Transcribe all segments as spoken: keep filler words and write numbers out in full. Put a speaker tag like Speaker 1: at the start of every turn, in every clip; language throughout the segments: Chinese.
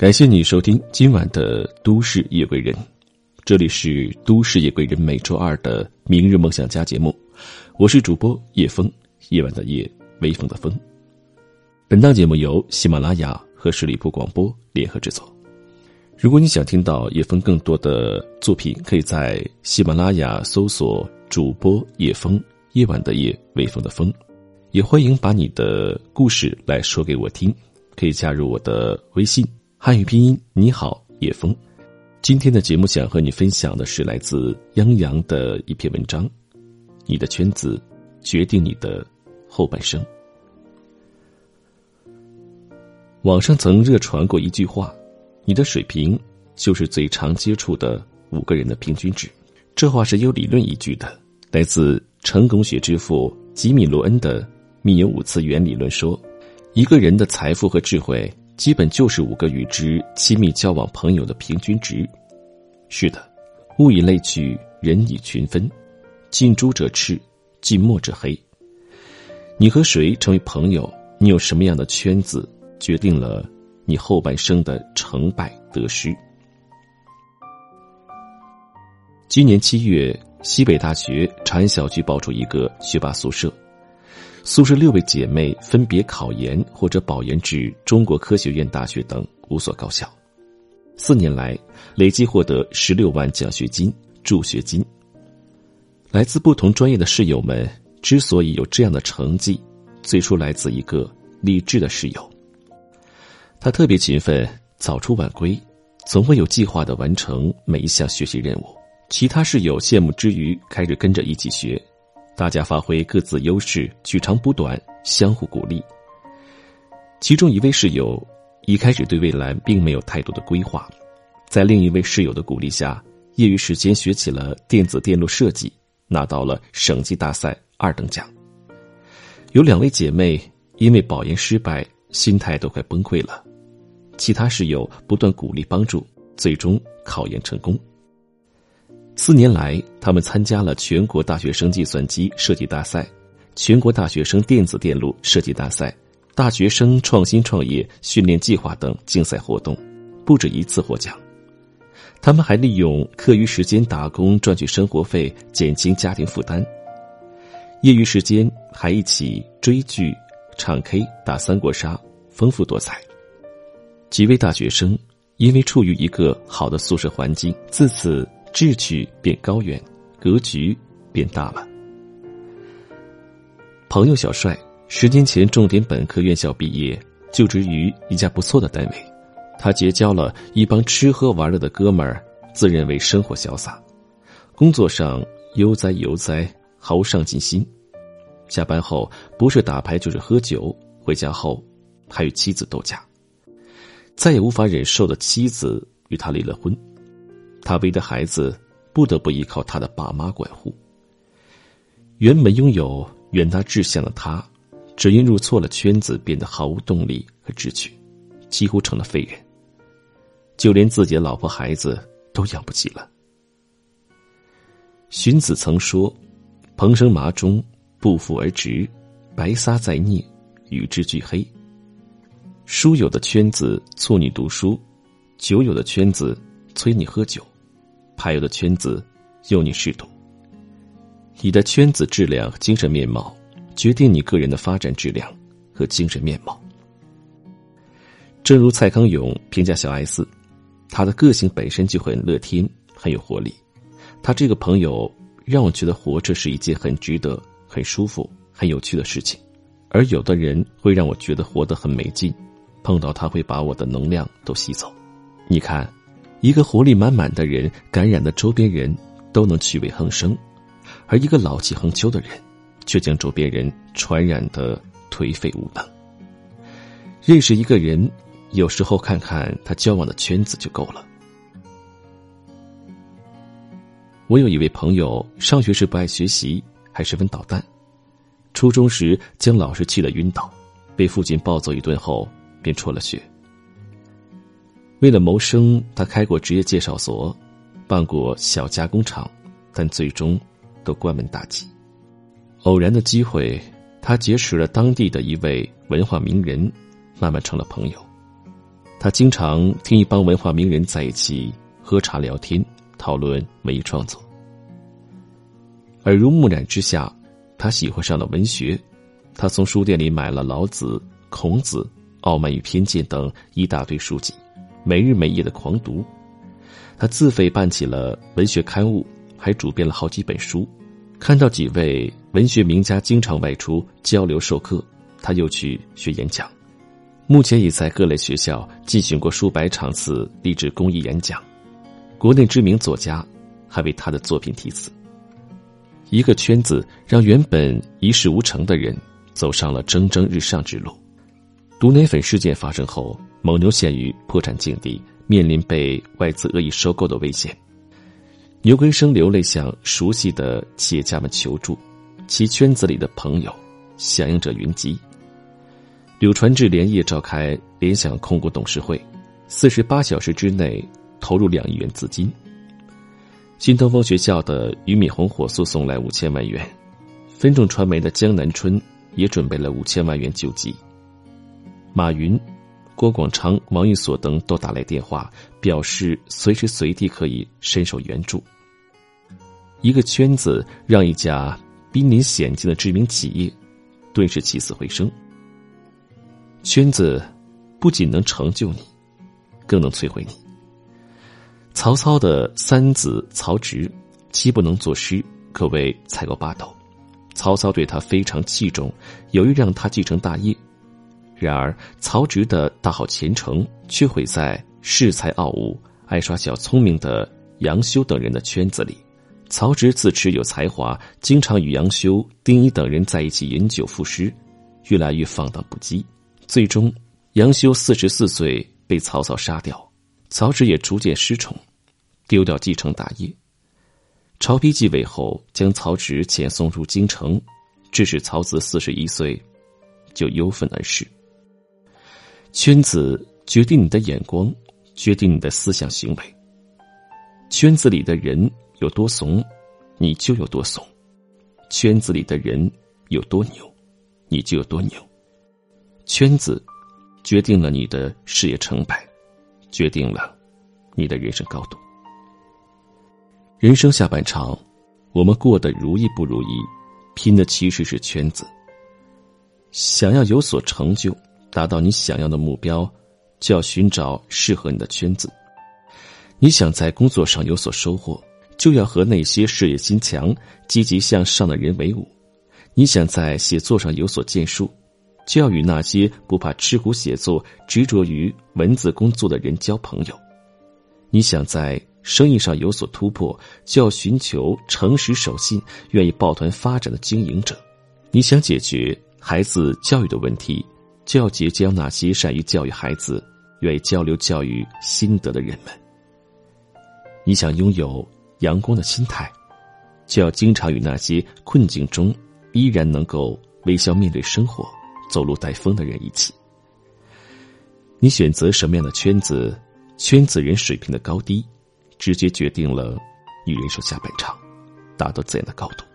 Speaker 1: 感谢你收听今晚的都市夜归人，这里是都市夜归人每周二的明日梦想家节目，我是主播叶枫，夜晚的夜，微风的风。本档节目由喜马拉雅和十里铺广播联合制作。如果你想听到叶枫更多的作品，可以在喜马拉雅搜索主播叶枫，夜晚的夜，微风的风。也欢迎把你的故事来说给我听，可以加入我的微信汉语拼音你好叶枫。今天的节目想和你分享的是来自央洋的一篇文章，你的圈子决定你的后半生。网上曾热传过一句话，你的水平就是最常接触的五个人的平均值。这话是有理论依据的，来自成功学之父吉米·罗恩的密友五次元理论说，一个人的财富和智慧基本就是五个与之亲密交往朋友的平均值。是的，物以类聚，人以群分，近朱者赤，近墨者黑。你和谁成为朋友，你有什么样的圈子，决定了你后半生的成败得失。今年七月，西北大学长安校区爆出一个学霸宿舍，宿舍六位姐妹分别考研或者保研至中国科学院大学等五所高校，四年来累计获得十六万奖学金、助学金。来自不同专业的室友们之所以有这样的成绩，最初来自一个励志的室友。他特别勤奋，早出晚归，总会有计划地完成每一项学习任务。其他室友羡慕之余，开始跟着一起学，大家发挥各自优势，取长补短，相互鼓励。其中一位室友一开始对未来并没有太多的规划，在另一位室友的鼓励下，业余时间学起了电子电路设计，拿到了省级大赛二等奖。有两位姐妹因为保研失败，心态都快崩溃了，其他室友不断鼓励帮助，最终考研成功。四年来，他们参加了全国大学生计算机设计大赛、全国大学生电子电路设计大赛、大学生创新创业训练计划等竞赛活动，不止一次获奖。他们还利用课余时间打工赚取生活费，减轻家庭负担。业余时间还一起追剧、唱 K、打三国杀，丰富多彩。几位大学生因为处于一个好的宿舍环境，自此志趣变高远，格局变大了。朋友小帅十年前重点本科院校毕业，就职于一家不错的单位。他结交了一帮吃喝玩乐的哥们儿，自认为生活潇洒，工作上悠哉悠哉，毫无上进心。下班后不是打牌就是喝酒，回家后还与妻子斗架。再也无法忍受的妻子与他离了婚，他为的孩子不得不依靠他的爸妈管护。原本拥有远大志向的他，只因入错了圈子，变得毫无动力和志趣，几乎成了废人，就连自己的老婆孩子都养不起了。荀子曾说，蓬生麻中，不复而直，白撒在涅，与之俱黑。书友的圈子促你读书，酒友的圈子催你喝酒，牌友的圈子诱你嗜赌。你的圈子质量和精神面貌，决定你个人的发展质量和精神面貌。正如蔡康永评价小 S， 他的个性本身就很乐天，很有活力。他这个朋友让我觉得活着是一件很值得、很舒服、很有趣的事情。而有的人会让我觉得活得很没劲，碰到他会把我的能量都吸走。你看，一个活力满满的人，感染的周边人都能趣味横生，而一个老气横秋的人，却将周边人传染得颓废无能。认识一个人，有时候看看他交往的圈子就够了。我有一位朋友，上学时不爱学习，还十分捣蛋。初中时将老师气得晕倒，被父亲暴揍一顿后便辍了学。为了谋生，他开过职业介绍所，办过小加工厂，但最终都关门大吉。偶然的机会，他结识了当地的一位文化名人，慢慢成了朋友。 他经常听一帮文化名人在一起喝茶聊天，讨论文艺创作。耳濡目染之下，他喜欢上了文学。他从书店里买了老子、孔子、傲慢与偏见等一大堆书籍，没日没夜的狂读。他自费办起了文学刊物，还主编了好几本书。看到几位文学名家经常外出交流授课，他又去学演讲。目前已在各类学校进行过数百场次励志公益演讲，国内知名作家还为他的作品题词。一个圈子让原本一事无成的人走上了蒸蒸日上之路。毒奶粉事件发生后，蒙牛陷于破产境地，面临被外资恶意收购的危险。牛根生流泪向熟悉的企业家们求助，其圈子里的朋友响应者云集。柳传志连夜召开联想控股董事会，四十八小时之内投入两亿元资金。新东风学校的俞敏洪火速送来五千万元，分众传媒的江南春也准备了五千万元救济。马云、郭广昌、王玉锁等都打来电话，表示随时随地可以伸手援助。一个圈子让一家濒临险境的知名企业顿时起死回生。圈子不仅能成就你，更能摧毁你。曹操的三子曹植，妻不能作诗，可谓才高八斗。曹操对他非常器重，有意让他继承大业。然而曹植的大好前程却毁在恃才傲物、爱耍小聪明的杨修等人的圈子里。曹植自持有才华，经常与杨修、丁仪等人在一起饮酒赋诗，越来越放荡不羁。最终杨修四十四岁被曹操杀掉，曹植也逐渐失宠，丢掉继承大业。曹丕继位后，将曹植遣送入京城，致使曹子四十一岁就忧愤而逝。圈子决定你的眼光，决定你的思想行为。圈子里的人有多怂，你就有多怂；圈子里的人有多牛，你就有多牛。圈子决定了你的事业成败，决定了你的人生高度。人生下半场，我们过得如意不如意，拼的其实是圈子。想要有所成就，达到你想要的目标，就要寻找适合你的圈子。你想在工作上有所收获，就要和那些事业心强、积极向上的人为伍。你想在写作上有所建树，就要与那些不怕吃苦写作、执着于文字工作的人交朋友。你想在生意上有所突破，就要寻求诚实守信、愿意抱团发展的经营者。你想解决孩子教育的问题，就要结交那些善于教育孩子、愿意交流教育心得的人们。你想拥有阳光的心态，就要经常与那些困境中依然能够微笑面对生活、走路带风的人一起。你选择什么样的圈子，圈子人水平的高低，直接决定了你人生下半场达到怎样的高度。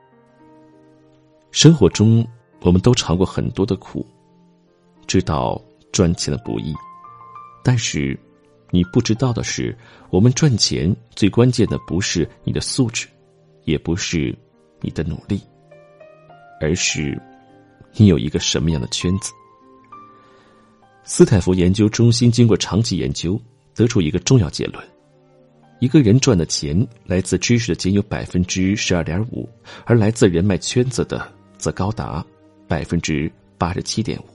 Speaker 1: 生活中我们都尝过很多的苦，知道赚钱的不易，但是你不知道的是，我们赚钱最关键的不是你的素质，也不是你的努力，而是你有一个什么样的圈子。斯坦福研究中心经过长期研究，得出一个重要结论：一个人赚的钱来自知识的仅有 百分之十二点五， 而来自人脉圈子的则高达 百分之八十七点五。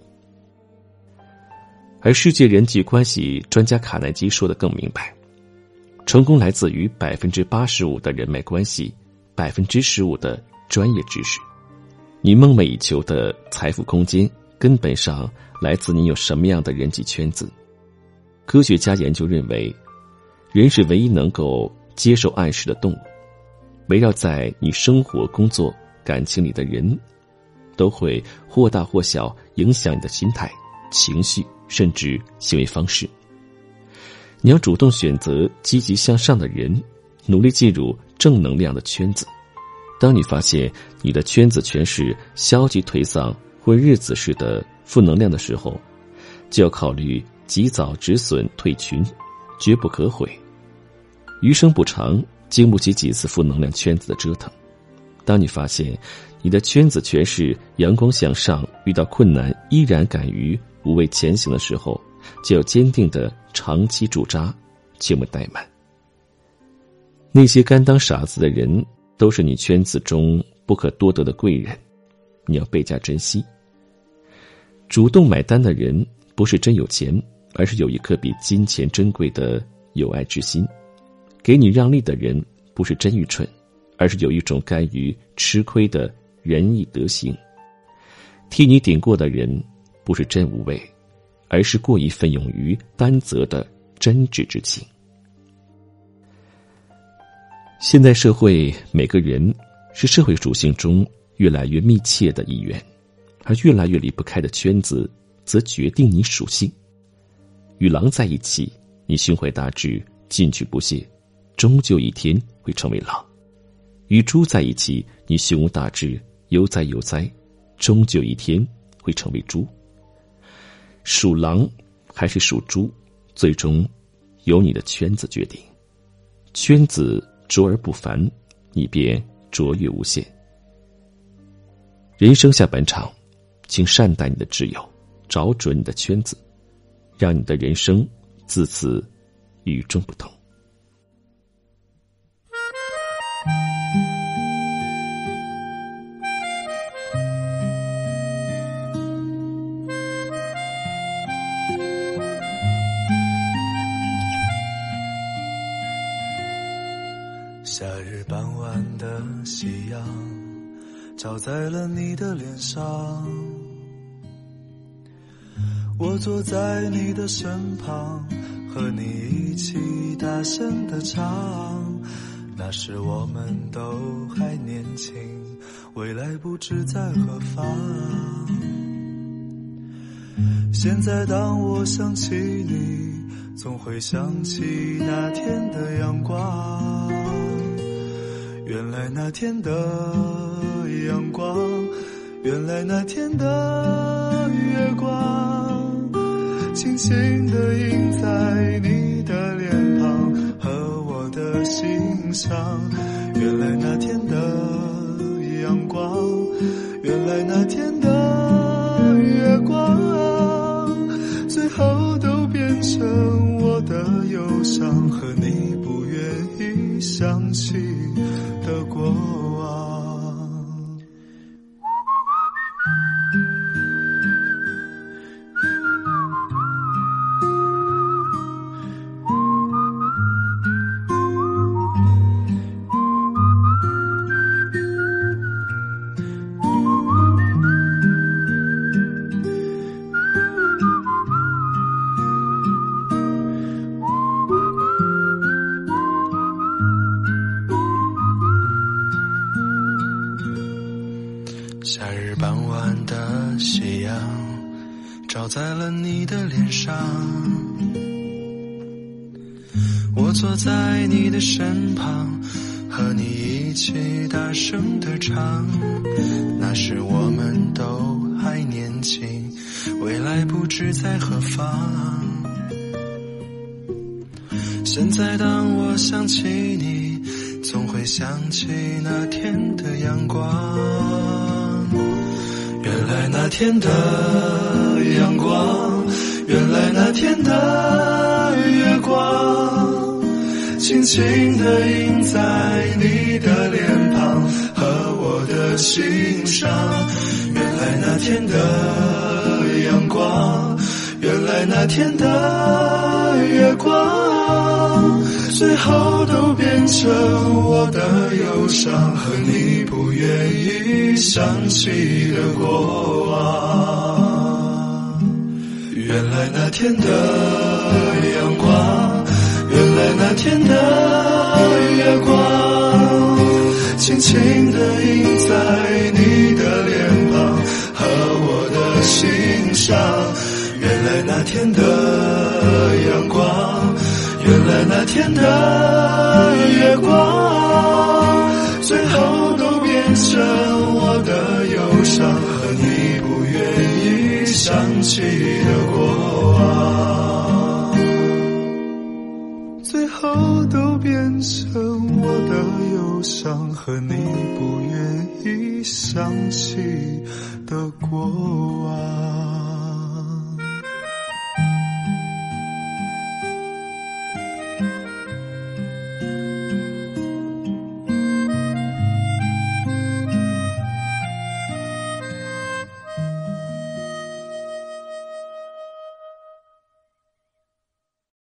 Speaker 1: 而世界人际关系专家卡耐基说得更明白，成功来自于 百分之八十五 的人脉关系， 百分之十五 的专业知识。你梦寐以求的财富空间根本上来自你有什么样的人际圈子。科学家研究认为，人是唯一能够接受暗示的动物，围绕在你生活、工作、感情里的人都会或大或小影响你的心态、情绪甚至行为方式。你要主动选择积极向上的人，努力进入正能量的圈子。当你发现你的圈子全是消极颓丧或日子式的负能量的时候，就要考虑及早止损退群，绝不可悔。余生不长，经不起几次负能量圈子的折腾。当你发现你的圈子全是阳光向上，遇到困难依然敢于无畏前行的时候，就要坚定的长期驻扎，切莫怠慢。那些甘当傻子的人，都是你圈子中不可多得的贵人，你要倍加珍惜。主动买单的人，不是真有钱，而是有一颗比金钱珍贵的友爱之心。给你让利的人，不是真愚蠢，而是有一种甘于吃亏的仁义德行。替你顶过的人，不是真无畏，而是过于奋勇于担责的真挚之情。现代社会，每个人是社会属性中越来越密切的一员，而越来越离不开的圈子，则决定你属性。与狼在一起，你胸怀大志，进取不懈，终究一天会成为狼；与猪在一起，你胸无大志，悠哉悠哉，终究一天会成为猪。属狼还是属猪，最终由你的圈子决定。圈子卓而不凡，你便卓越无限。人生下半场，请善待你的挚友，找准你的圈子，让你的人生自此与众不同。
Speaker 2: 夏日傍晚的夕阳照在了你的脸上，我坐在你的身旁，和你一起大声地唱。那时我们都还年轻，未来不知在何方。现在当我想起你，总会想起那天的阳光。原来那天的阳光，原来那天的月光，轻轻地映在你的脸庞和我的心上。原来那天的阳光，原来那天的月光，最后都变成我的忧伤和你不愿意想起的过往。夏日傍晚的夕阳照在了你的脸上，我坐在你的身旁，和你一起大声地唱。那时我们都还年轻，未来不知在何方。现在当我想起你，总会想起那天的阳光。原来那天的阳光，原来那天的月光，轻轻地映在你的脸庞和我的心上。原来那天的阳光，原来那天的月光，最后都变成我的忧伤和你不愿意想起的过往。原来那天的阳光，原来那天的月光，轻轻地映在你的脸庞和我的心上。原来那天的阳光，原来那天的月光，最后都变成我的忧伤和你不愿意想起的过往。 最后都变成我的忧伤和你不愿意想起的过往。